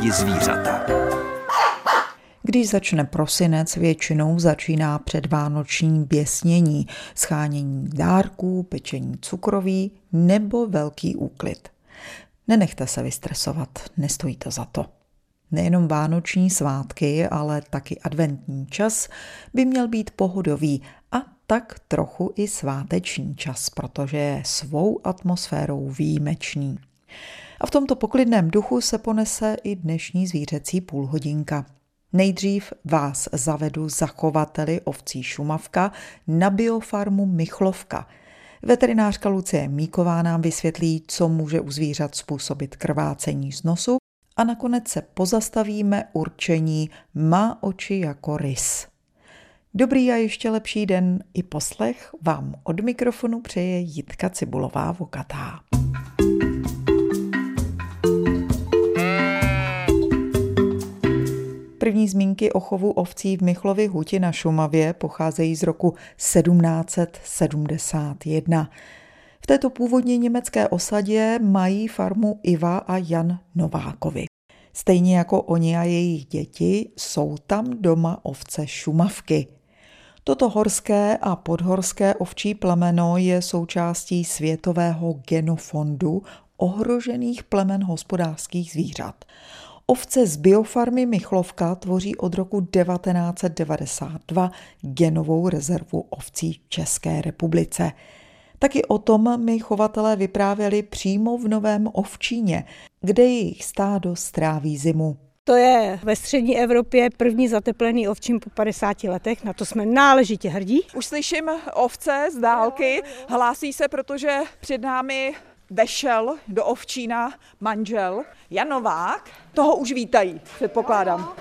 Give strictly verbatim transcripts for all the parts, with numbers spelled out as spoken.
i zvířata. Když začne prosinec, většinou začíná předvánoční běsnění, shánění dárků, pečení cukroví nebo velký úklid. Nenechte se vystresovat, nestojí to za to. Nejenom vánoční svátky, ale taky adventní čas by měl být pohodový a tak trochu i sváteční čas, protože je svou atmosférou výjimečný. A v tomto poklidném duchu se ponese i dnešní zvířecí půlhodinka. Nejdřív vás zavedu zachovateli ovcí Šumavka na biofarmu Michlovka. Veterinářka Lucie Míková nám vysvětlí, co může u zvířat způsobit krvácení z nosu a nakonec se pozastavíme určení má oči jako rys. Dobrý a ještě lepší den i poslech vám od mikrofonu přeje Jitka Cibulová-Vokatá. První zmínky o chovu ovcí v Michlově Huti na Šumavě pocházejí z roku sedmnáct set sedmdesát jedna. V této původně německé osadě mají farmu Iva a Jan Novákovi. Stejně jako oni a jejich děti jsou tam doma ovce Šumavky. Toto horské a podhorské ovčí plemeno je součástí světového genofondu ohrožených plemen hospodářských zvířat. Ovce z biofarmy Michlovka tvoří od roku devatenáct set devadesát dva genovou rezervu ovcí v České republice. Taky o tom mi chovatelé vyprávěli přímo v Novém Ovčíně, kde jejich stádo stráví zimu. To je ve střední Evropě první zateplený ovčím po padesáti letech, na to jsme náležitě hrdí. Už slyším ovce z dálky, hlásí se, protože před námi vešel do Ovčína manžel Jan Novák. Toho už vítají, předpokládám.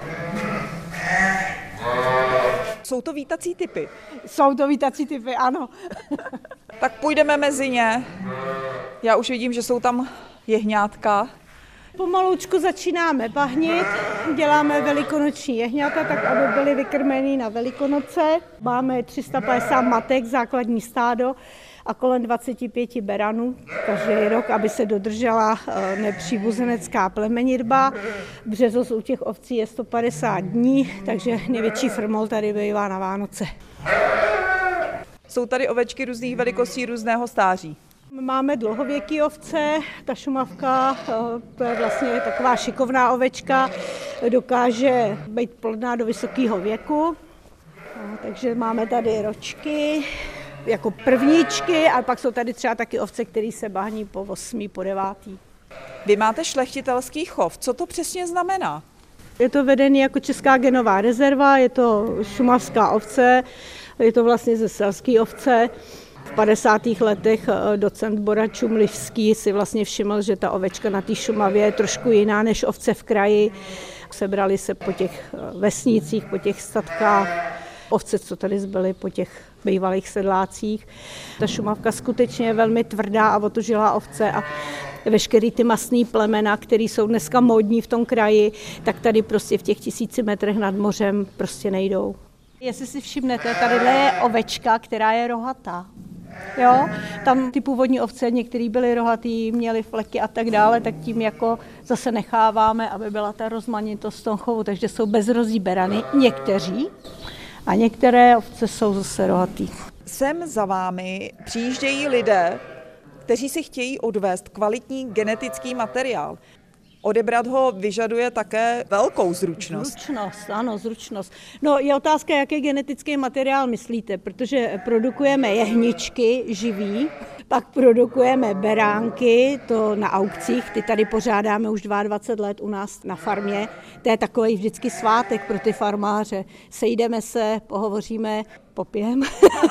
Jsou to vítací typy? Jsou to vítací typy, ano. Tak půjdeme mezi ně. Já už vidím, že jsou tam jehňátka. Pomaloučku začínáme bahnit, děláme velikonoční jehňata, tak aby byly vykrmený na Velikonoce. Máme tři sta padesát matek, základní stádo a kolem dvacet pět beranů každý rok, aby se dodržela nepříbuzenecká plemenitba. Březost u těch ovcí je sto padesát dní, takže největší frmol tady bývá na Vánoce. Jsou tady ovečky různých velikostí, různého stáří. Máme dlouhověký ovce, ta Šumavka, to je vlastně taková šikovná ovečka, dokáže být plodná do vysokého věku, takže máme tady ročky jako prvníčky a pak jsou tady třeba taky ovce, které se bahní po osmý, po devátý. Vy máte šlechtitelský chov, co to přesně znamená? Je to vedený jako česká genová rezerva, je to šumavská ovce, je to vlastně ze selské ovce. V padesátých letech docent Bora Čumlivský si vlastně všiml, že ta ovečka na té Šumavě je trošku jiná než ovce v kraji. Sebrali se po těch vesnicích, po těch statkách, ovce, co tady zbyly po těch bývalých sedlácích. Ta Šumavka skutečně je velmi tvrdá a otužilá ovce a veškerý ty masný plemena, které jsou dneska módní v tom kraji, tak tady prostě v těch tisíci metrech nad mořem prostě nejdou. Jestli si všimnete, tady je ovečka, která je rohatá. Jo, tam ty původní ovce, některé byly rohatý, měly fleky a tak dále, tak tím jako zase necháváme, aby byla ta rozmanitost v tom chovu, takže jsou bezrozí berany, někteří, a některé ovce jsou zase rohatý. Sem za vámi přijíždějí lidé, kteří si chtějí odvést kvalitní genetický materiál. Odebrat ho vyžaduje také velkou zručnost. Zručnost, ano, zručnost. No je otázka, jaký genetický materiál myslíte, protože produkujeme jehničky živý, pak produkujeme beránky, to na aukcích, ty tady pořádáme už dvacet dva let u nás na farmě. To je takový vždycky svátek pro ty farmáře. Sejdeme se, pohovoříme, popijeme.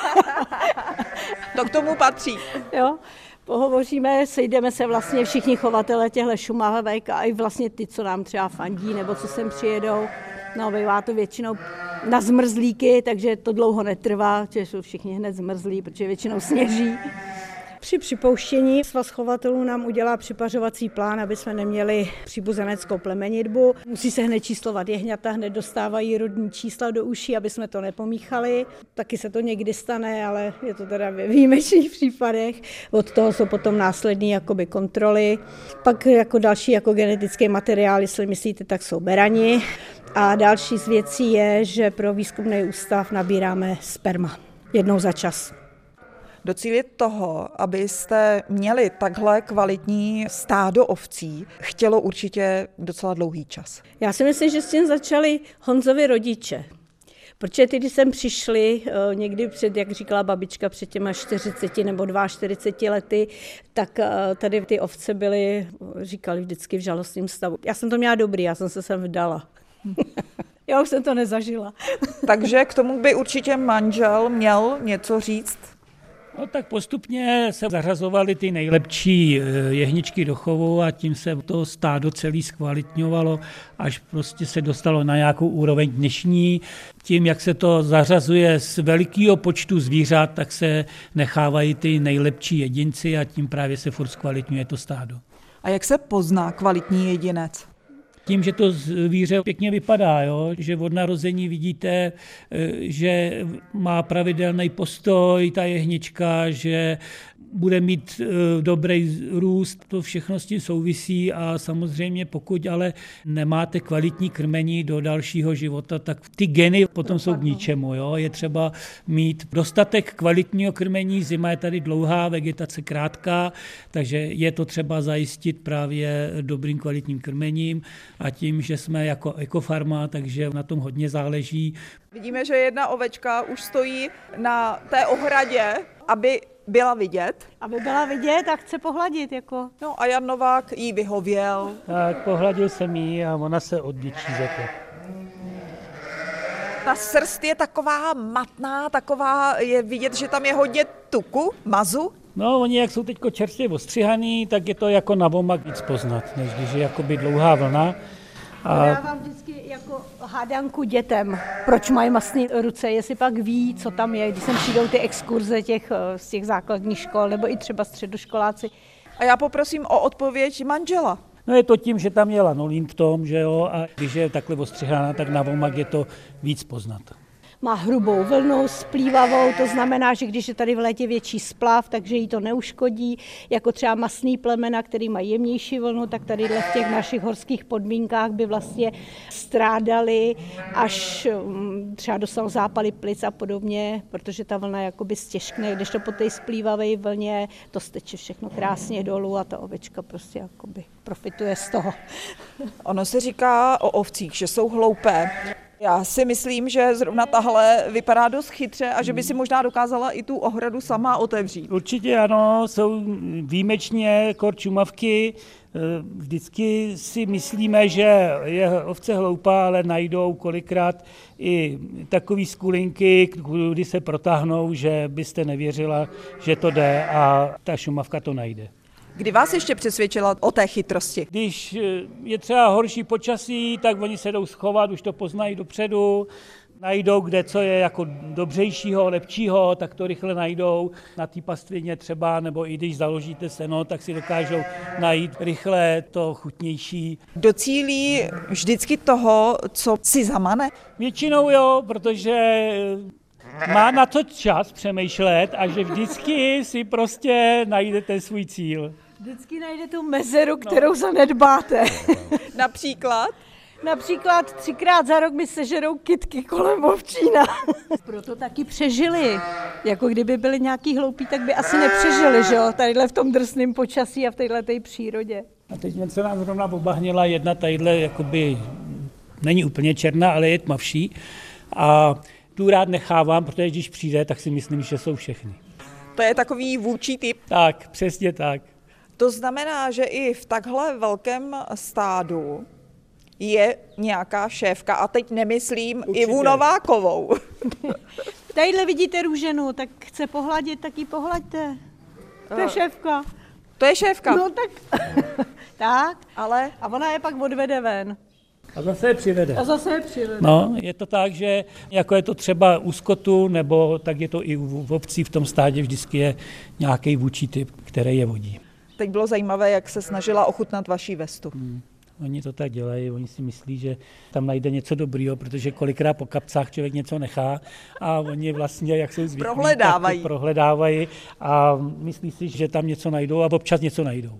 To k tomu patří. Jo. Pohovoříme, sejdeme se vlastně všichni chovatele těchto Šumavek a i vlastně ty, co nám třeba fandí nebo co sem přijedou. No, bývá to většinou na zmrzlíky, takže to dlouho netrvá, že jsou všichni hned zmrzlí, protože většinou sněží. Při připouštění svaz chovatelů nám udělá připařovací plán, aby jsme neměli příbuzeneckou plemenitbu. Musí se hned číslovat jehňata, hned dostávají rodní čísla do uší, aby jsme to nepomíchali. Taky se to někdy stane, ale je to teda ve výjimečných případech. Od toho jsou potom následní jakoby kontroly. Pak jako další jako genetický materiál, jestli myslíte, tak jsou berani. A další z věcí je, že pro výzkumný ústav nabíráme sperma jednou za čas. Docílit toho, abyste měli takhle kvalitní stádo ovcí, chtělo určitě docela dlouhý čas. Já si myslím, že s tím začali Honzovi rodiče. Protože ty, když jsem přišli někdy před, jak říkala babička, před těma čtyřiceti nebo čtyřiceti dvěma lety, tak tady ty ovce byly, říkali vždycky v žalostném stavu. Já jsem to měla dobrý, já jsem se sem vdala. Já už jsem to nezažila. Takže k tomu by určitě manžel měl něco říct? No tak postupně se zařazovaly ty nejlepší jehničky do chovu a tím se to stádo celý zkvalitňovalo, až prostě se dostalo na nějakou úroveň dnešní. Tím, jak se to zařazuje z velikého počtu zvířat, tak se nechávají ty nejlepší jedinci a tím právě se furt zkvalitňuje to stádo. A jak se pozná kvalitní jedinec? Tím, že to zvíře pěkně vypadá, jo? Že od narození vidíte, že má pravidelný postoj, ta jehnička, že bude mít dobrý růst, to všechno s tím souvisí a samozřejmě pokud ale nemáte kvalitní krmení do dalšího života, tak ty geny potom jsou k ničemu. Jo? Je třeba mít dostatek kvalitního krmení, zima je tady dlouhá, vegetace krátká, takže je to třeba zajistit právě dobrým kvalitním krmením a tím, že jsme jako ekofarma, takže na tom hodně záleží. Vidíme, že jedna ovečka už stojí na té ohradě, aby byla vidět. Aby byla vidět a chce pohladit. Jako. No a Jan Novák jí vyhověl. Tak pohladil jsem jí a ona se odděčí za to. Ta srst je taková matná, taková, je vidět, že tam je hodně tuku, mazu. No, oni jak jsou teď čerstvě ostřihaný, tak je to jako na vomak víc poznat, než když je jakoby dlouhá vlna. A já vám vždycky jako hádanku dětem, proč mají mastné ruce, jestli pak ví, co tam je, když sem přijdou ty exkurze těch, z těch základních škol, nebo i třeba středoškoláci. A já poprosím o odpověď manžela. No je to tím, že tam je lanolin v tom, že jo, a když je takhle ostřihaná, tak na vomak je to víc poznat. Má hrubou vlnu, splývavou, to znamená, že když je tady v létě větší splav, takže jí to neuškodí. Jako třeba masný plemena, který mají jemnější vlnu, tak tady v těch našich horských podmínkách by vlastně strádali, až třeba dostanou zápaly plic a podobně, protože ta vlna jakoby stěžkne, když to po té splývavé vlně, to steče všechno krásně dolů a ta ovečka prostě jakoby profituje z toho. Ono se říká o ovcích, že jsou hloupé. Já si myslím, že zrovna tahle vypadá dost chytře a že by si možná dokázala i tu ohradu sama otevřít. Určitě ano, jsou výjimečně korčumavky. Vždycky si myslíme, že je ovce hloupá, ale najdou kolikrát i takový skulinky, kdy se protáhnou, že byste nevěřila, že to jde a ta šumavka to najde. Kdy vás ještě přesvědčila o té chytrosti? Když je třeba horší počasí, tak oni se jdou schovat, už to poznají dopředu, najdou, kde co je jako dobřejšího, lepšího, tak to rychle najdou. Na té pastvině třeba, nebo i když založíte seno, tak si dokážou najít rychle to chutnější. Docílí vždycky toho, co si zamane? Většinou jo, protože má na to čas přemýšlet a že vždycky si prostě najdete svůj cíl. Vždycky najde tu mezeru, kterou no. zanedbáte. Například? Například třikrát za rok mi sežerou kytky kolem ovčína. Proto taky přežili. Jako kdyby byli nějaký hloupí, tak by asi nepřežili, že jo? Tadyhle v tom drsném počasí a v téhleté přírodě. A teď se nám zrovna obahnila jedna tadyhle, jakoby, není úplně černá, ale je tmavší. A tu rád nechávám, protože když přijde, tak si myslím, že jsou všechny. To je takový vůdčí typ? Tak, přesně tak. To znamená, že i v takhle velkém stádu je nějaká šéfka, a teď nemyslím Určitě. Ivu Novákovou. Tadyhle vidíte růženu, tak chce pohladit, tak ji pohlaďte. To je šéfka. To je šéfka? No tak. tak. Ale? A ona je pak odvede ven. A zase je přivede. A zase je přivede. No, je to tak, že jako je to třeba u skotu, nebo tak je to i u ovcí, v tom stádě vždycky je nějaký vůči typ, který je vodí. Teď bylo zajímavé, jak se snažila ochutnat vaší vestu. Hmm. Oni to tak dělají, oni si myslí, že tam najde něco dobrýho, protože kolikrát po kapcách člověk něco nechá a oni vlastně, jak jsou zvyklí, prohledávají. tak prohledávají a myslí si, že tam něco najdou a občas něco najdou.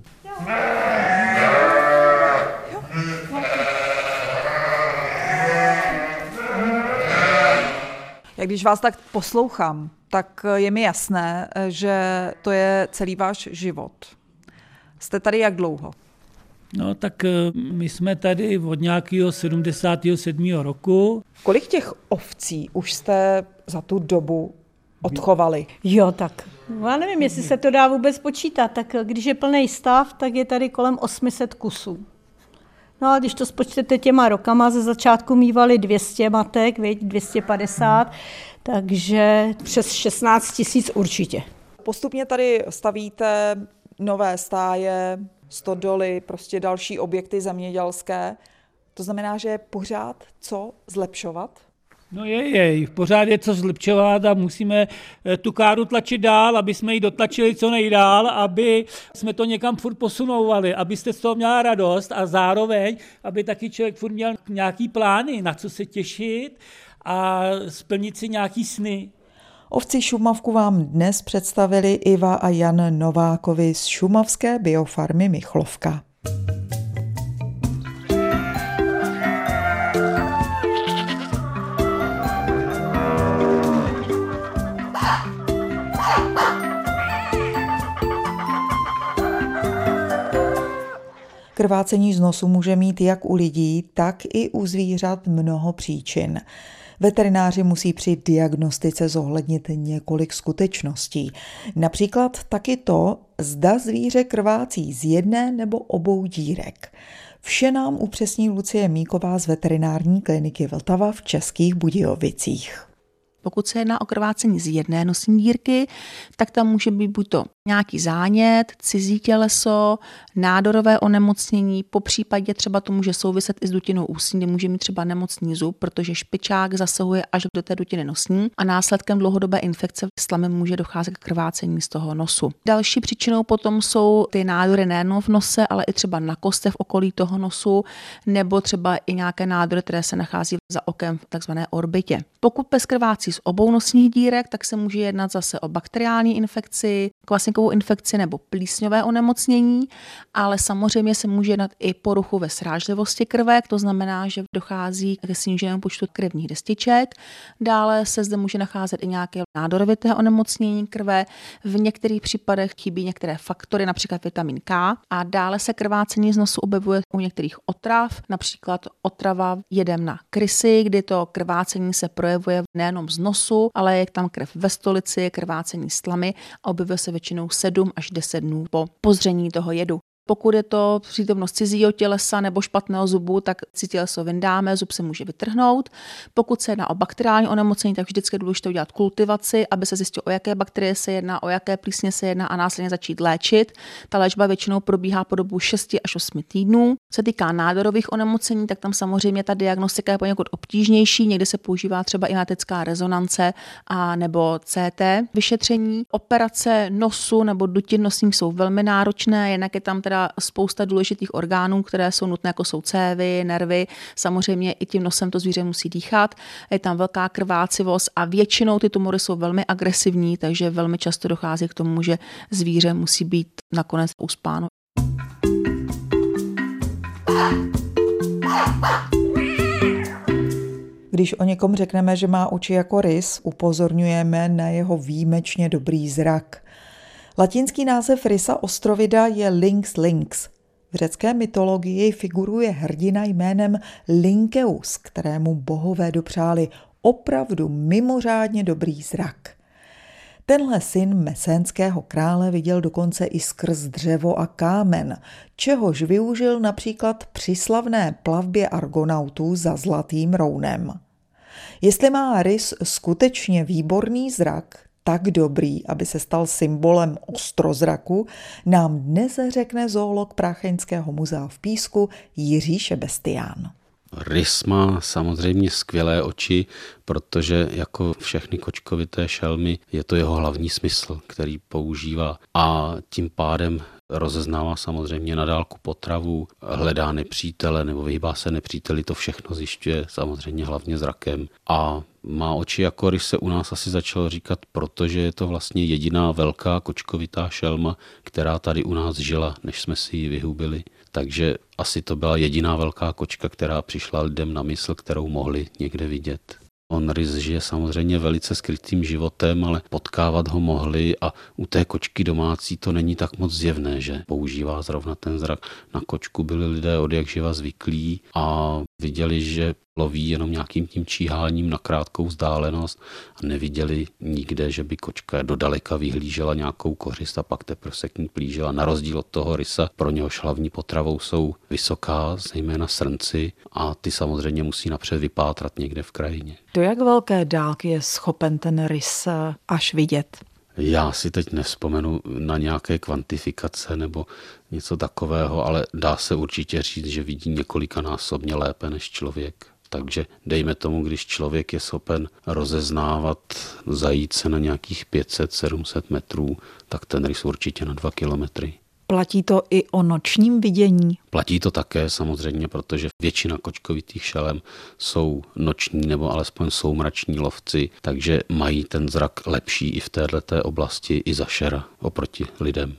Jak když vás tak poslouchám, tak je mi jasné, že to je celý váš život. Jste tady jak dlouho? No tak my jsme tady od nějakého sedmdesátého sedmého roku. Kolik těch ovcí už jste za tu dobu odchovali? Jo, tak já nevím, jestli se to dá vůbec počítat, tak když je plný stav, tak je tady kolem osm set kusů. No a když to spočtete těma rokama, ze začátku mívali dvě stě matek, viď, dvě stě padesát, hmm. takže přes šestnáct tisíc určitě. Postupně tady stavíte nové stáje, stodoly, prostě další objekty zemědělské. To znamená, že je pořád co zlepšovat? No je, je, pořád je co zlepšovat a musíme tu káru tlačit dál, aby jsme ji dotlačili co nejdál, aby jsme to někam furt posunovali, abyste z toho měla radost a zároveň, aby taky člověk furt měl nějaký plány, na co se těšit a splnit si nějaký sny. Ovci Šumavku vám dnes představili Iva a Jan Novákovi z šumavské biofarmy Michlovka. Krvácení z nosu může mít jak u lidí, tak i u zvířat mnoho příčin. Veterináři musí při diagnostice zohlednit několik skutečností. Například taky to, zda zvíře krvácí z jedné nebo obou dírek. Vše nám upřesní Lucie Míková z veterinární kliniky Vltava v Českých Budějovicích. Pokud se jedná o krvácení z jedné nosní dírky, tak tam může být buď to nějaký zánět, cizí těleso, nádorové onemocnění, po případě třeba to může souviset i s dutinou ústní, kde může mít třeba nemocný zub, protože špičák zasahuje až do té dutiny nosní a následkem dlouhodobé infekce slamy může docházet k krvácení z toho nosu. Další příčinou potom jsou ty nádory nejen v nose, ale i třeba na kostech v okolí toho nosu, nebo třeba i nějaké nádory, které se nachází za okem v takzvané orbitě. Pokud pes krvácí z obou nosních dírek, tak se může jednat zase o bakteriální infekci, kvasníkovou infekci nebo plísňové onemocnění, ale samozřejmě se může jednat i poruchu ve srážlivosti krve, to znamená, že dochází ke sníženému počtu krevních destiček. Dále se zde může nacházet i nějaké nádorovité onemocnění krve. V některých případech chybí některé faktory, například vitamin K. A dále se krvácení z nosu objevuje u některých otrav, například otrava jedem na krysy, kdy to krvácení se projevuje nejenom z nosu, ale je tam krev ve stolici, krvácení z tlamy a objevuje se většinou sedm až deset dnů po pozření toho jedu. Pokud je to přítomnost cizího tělesa nebo špatného zubu, tak si těleso vyndáme, zub se může vytrhnout. Pokud se jedná o bakteriální onemocnění, tak vždycky je důležité udělat kultivaci, aby se zjistilo, o jaké bakterie se jedná, o jaké plísně se jedná a následně začít léčit. Ta léčba většinou probíhá po dobu šest až osm týdnů. Co se týká nádorových onemocnění, tak tam samozřejmě ta diagnostika je poněkud obtížnější, někdy se používá třeba i magnetická rezonance a nebo C T vyšetření. Operace nosu nebo dutin nosních jsou velmi náročné, jednak je tam teda spousta důležitých orgánů, které jsou nutné, jako jsou cévy, nervy. Samozřejmě i tím nosem to zvíře musí dýchat. Je tam velká krvácivost a většinou ty tumory jsou velmi agresivní, takže velmi často dochází k tomu, že zvíře musí být nakonec uspáno. Když o někom řekneme, že má oči jako rys, upozorňujeme na jeho výjimečně dobrý zrak. Latinský název rysa ostrovida je Lynx lynx. V řecké mytologii figuruje hrdina jménem Lynkeus, kterému bohové dopřáli opravdu mimořádně dobrý zrak. Tenhle syn mesénského krále viděl dokonce i skrz dřevo a kámen, čehož využil například při slavné plavbě argonautů za Zlatým Rounem. Jestli má rys skutečně výborný zrak, tak dobrý, aby se stal symbolem ostrozraku, nám dnes řekne zoolog Prácheňského muzea v Písku Jiří Šebestián. Rys má samozřejmě skvělé oči, protože jako všechny kočkovité šelmy je to jeho hlavní smysl, který používá a tím pádem rozeznává samozřejmě na dálku potravu, hledá nepřítele nebo vyhýbá se nepříteli, to všechno zjišťuje samozřejmě hlavně zrakem. A má oči jako rys se u nás asi začalo říkat, protože je to vlastně jediná velká kočkovitá šelma, která tady u nás žila, než jsme si ji vyhubili. Takže asi to byla jediná velká kočka, která přišla lidem na mysl, kterou mohli někde vidět. On rys žije samozřejmě velice skrytým životem, ale potkávat ho mohli a u té kočky domácí to není tak moc zjevné, že používá zrovna ten zrak. Na kočku byli lidé odjakživa zvyklí a viděli, že loví jenom nějakým tím číháním na krátkou vzdálenost a neviděli nikde, že by kočka do daleka vyhlížela nějakou kořist a pak teprve se k ní plížila. Na rozdíl od toho rysa, pro něhož hlavní potravou jsou vysoká, zejména srnci a ty samozřejmě musí napřed vypátrat někde v krajině. Do jak velké dálky je schopen ten rys až vidět? Já si teď nevzpomenu na nějaké kvantifikace nebo něco takového, ale dá se určitě říct, že vidí několikanásobně lépe než člověk. Takže dejme tomu, když člověk je schopen rozeznávat zajíce na nějakých pět set sedm set metrů, tak ten rys určitě na dva kilometry. Platí to i o nočním vidění? Platí to také samozřejmě, protože většina kočkovitých šelem jsou noční nebo alespoň soumrační lovci, takže mají ten zrak lepší i v této oblasti i za šera oproti lidem.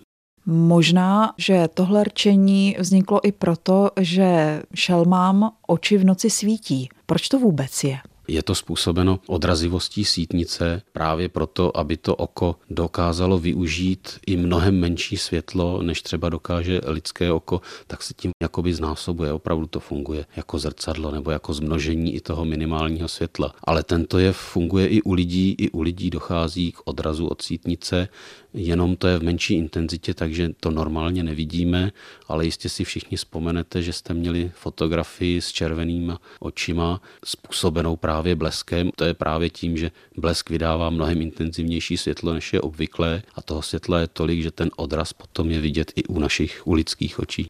Možná, že tohle rčení vzniklo i proto, že šelmám oči v noci svítí. Proč to vůbec je? Je to způsobeno odrazivostí sítnice právě proto, aby to oko dokázalo využít i mnohem menší světlo, než třeba dokáže lidské oko, tak se tím jakoby znásobuje. Opravdu to funguje jako zrcadlo nebo jako zmnožení i toho minimálního světla. Ale tento jev funguje i u lidí, i u lidí dochází k odrazu od sítnice, jenom to je v menší intenzitě, takže to normálně nevidíme, ale jistě si všichni vzpomenete, že jste měli fotografii s červenýma očima způsobenou právě bleskem. To je právě tím, že blesk vydává mnohem intenzivnější světlo, než je obvyklé a toho světla je tolik, že ten odraz potom je vidět i u našich u lidských očí.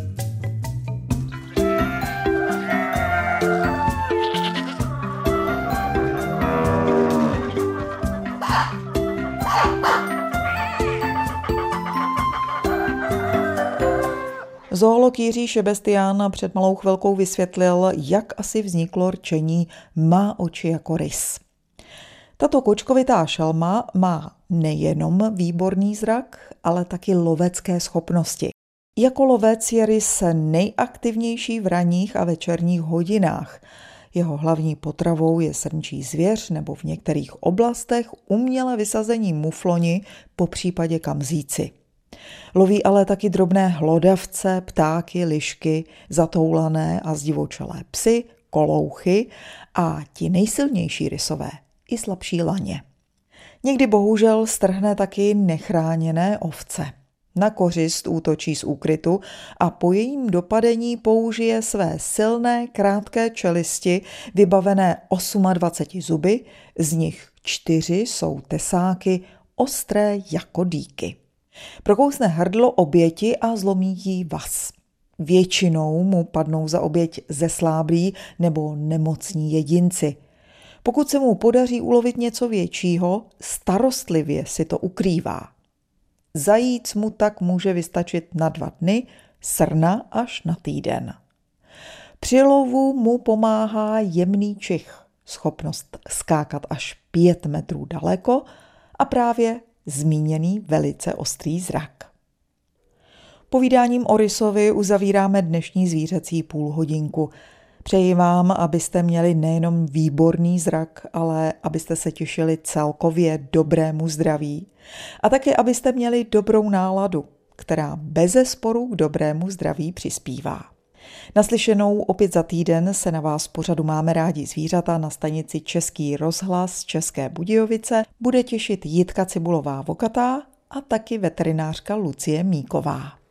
Zoolog Jiří Šebestián před malou chvilkou vysvětlil, jak asi vzniklo rčení má oči jako rys. Tato kočkovitá šelma má nejenom výborný zrak, ale taky lovecké schopnosti. Jako lovec je rys nejaktivnější v ranních a večerních hodinách. Jeho hlavní potravou je srnčí zvěř nebo v některých oblastech uměle vysazení mufloni, popřípadě kamzíci. Loví ale taky drobné hlodavce, ptáky, lišky, zatoulané a zdivočelé psy, kolouchy a ti nejsilnější rysové, i slabší laně. Někdy bohužel strhne taky nechráněné ovce. Na kořist útočí z úkrytu a po jejím dopadení použije své silné, krátké čelisti, vybavené dvaceti osmi zuby, z nich čtyři jsou tesáky, ostré jako dýky. Prokousne hrdlo oběti a zlomí jí vaz. Většinou mu padnou za oběť zesláblí nebo nemocní jedinci. Pokud se mu podaří ulovit něco většího, starostlivě si to ukrývá. Zajíc mu tak může vystačit na dva dny, srna až na týden. Při lovu mu pomáhá jemný čich, schopnost skákat až pět metrů daleko a právě zmíněný velice ostrý zrak. Povídáním o rysovi uzavíráme dnešní zvířecí půlhodinku. Přeji vám, abyste měli nejenom výborný zrak, ale abyste se těšili celkově dobrému zdraví a také abyste měli dobrou náladu, která bezesporu k dobrému zdraví přispívá. Naslyšenou opět za týden se na vás pořadu Máme rádi zvířata na stanici Český rozhlas České Budějovice bude těšit Jitka Cibulová-Vokatá a taky veterinářka Lucie Míková.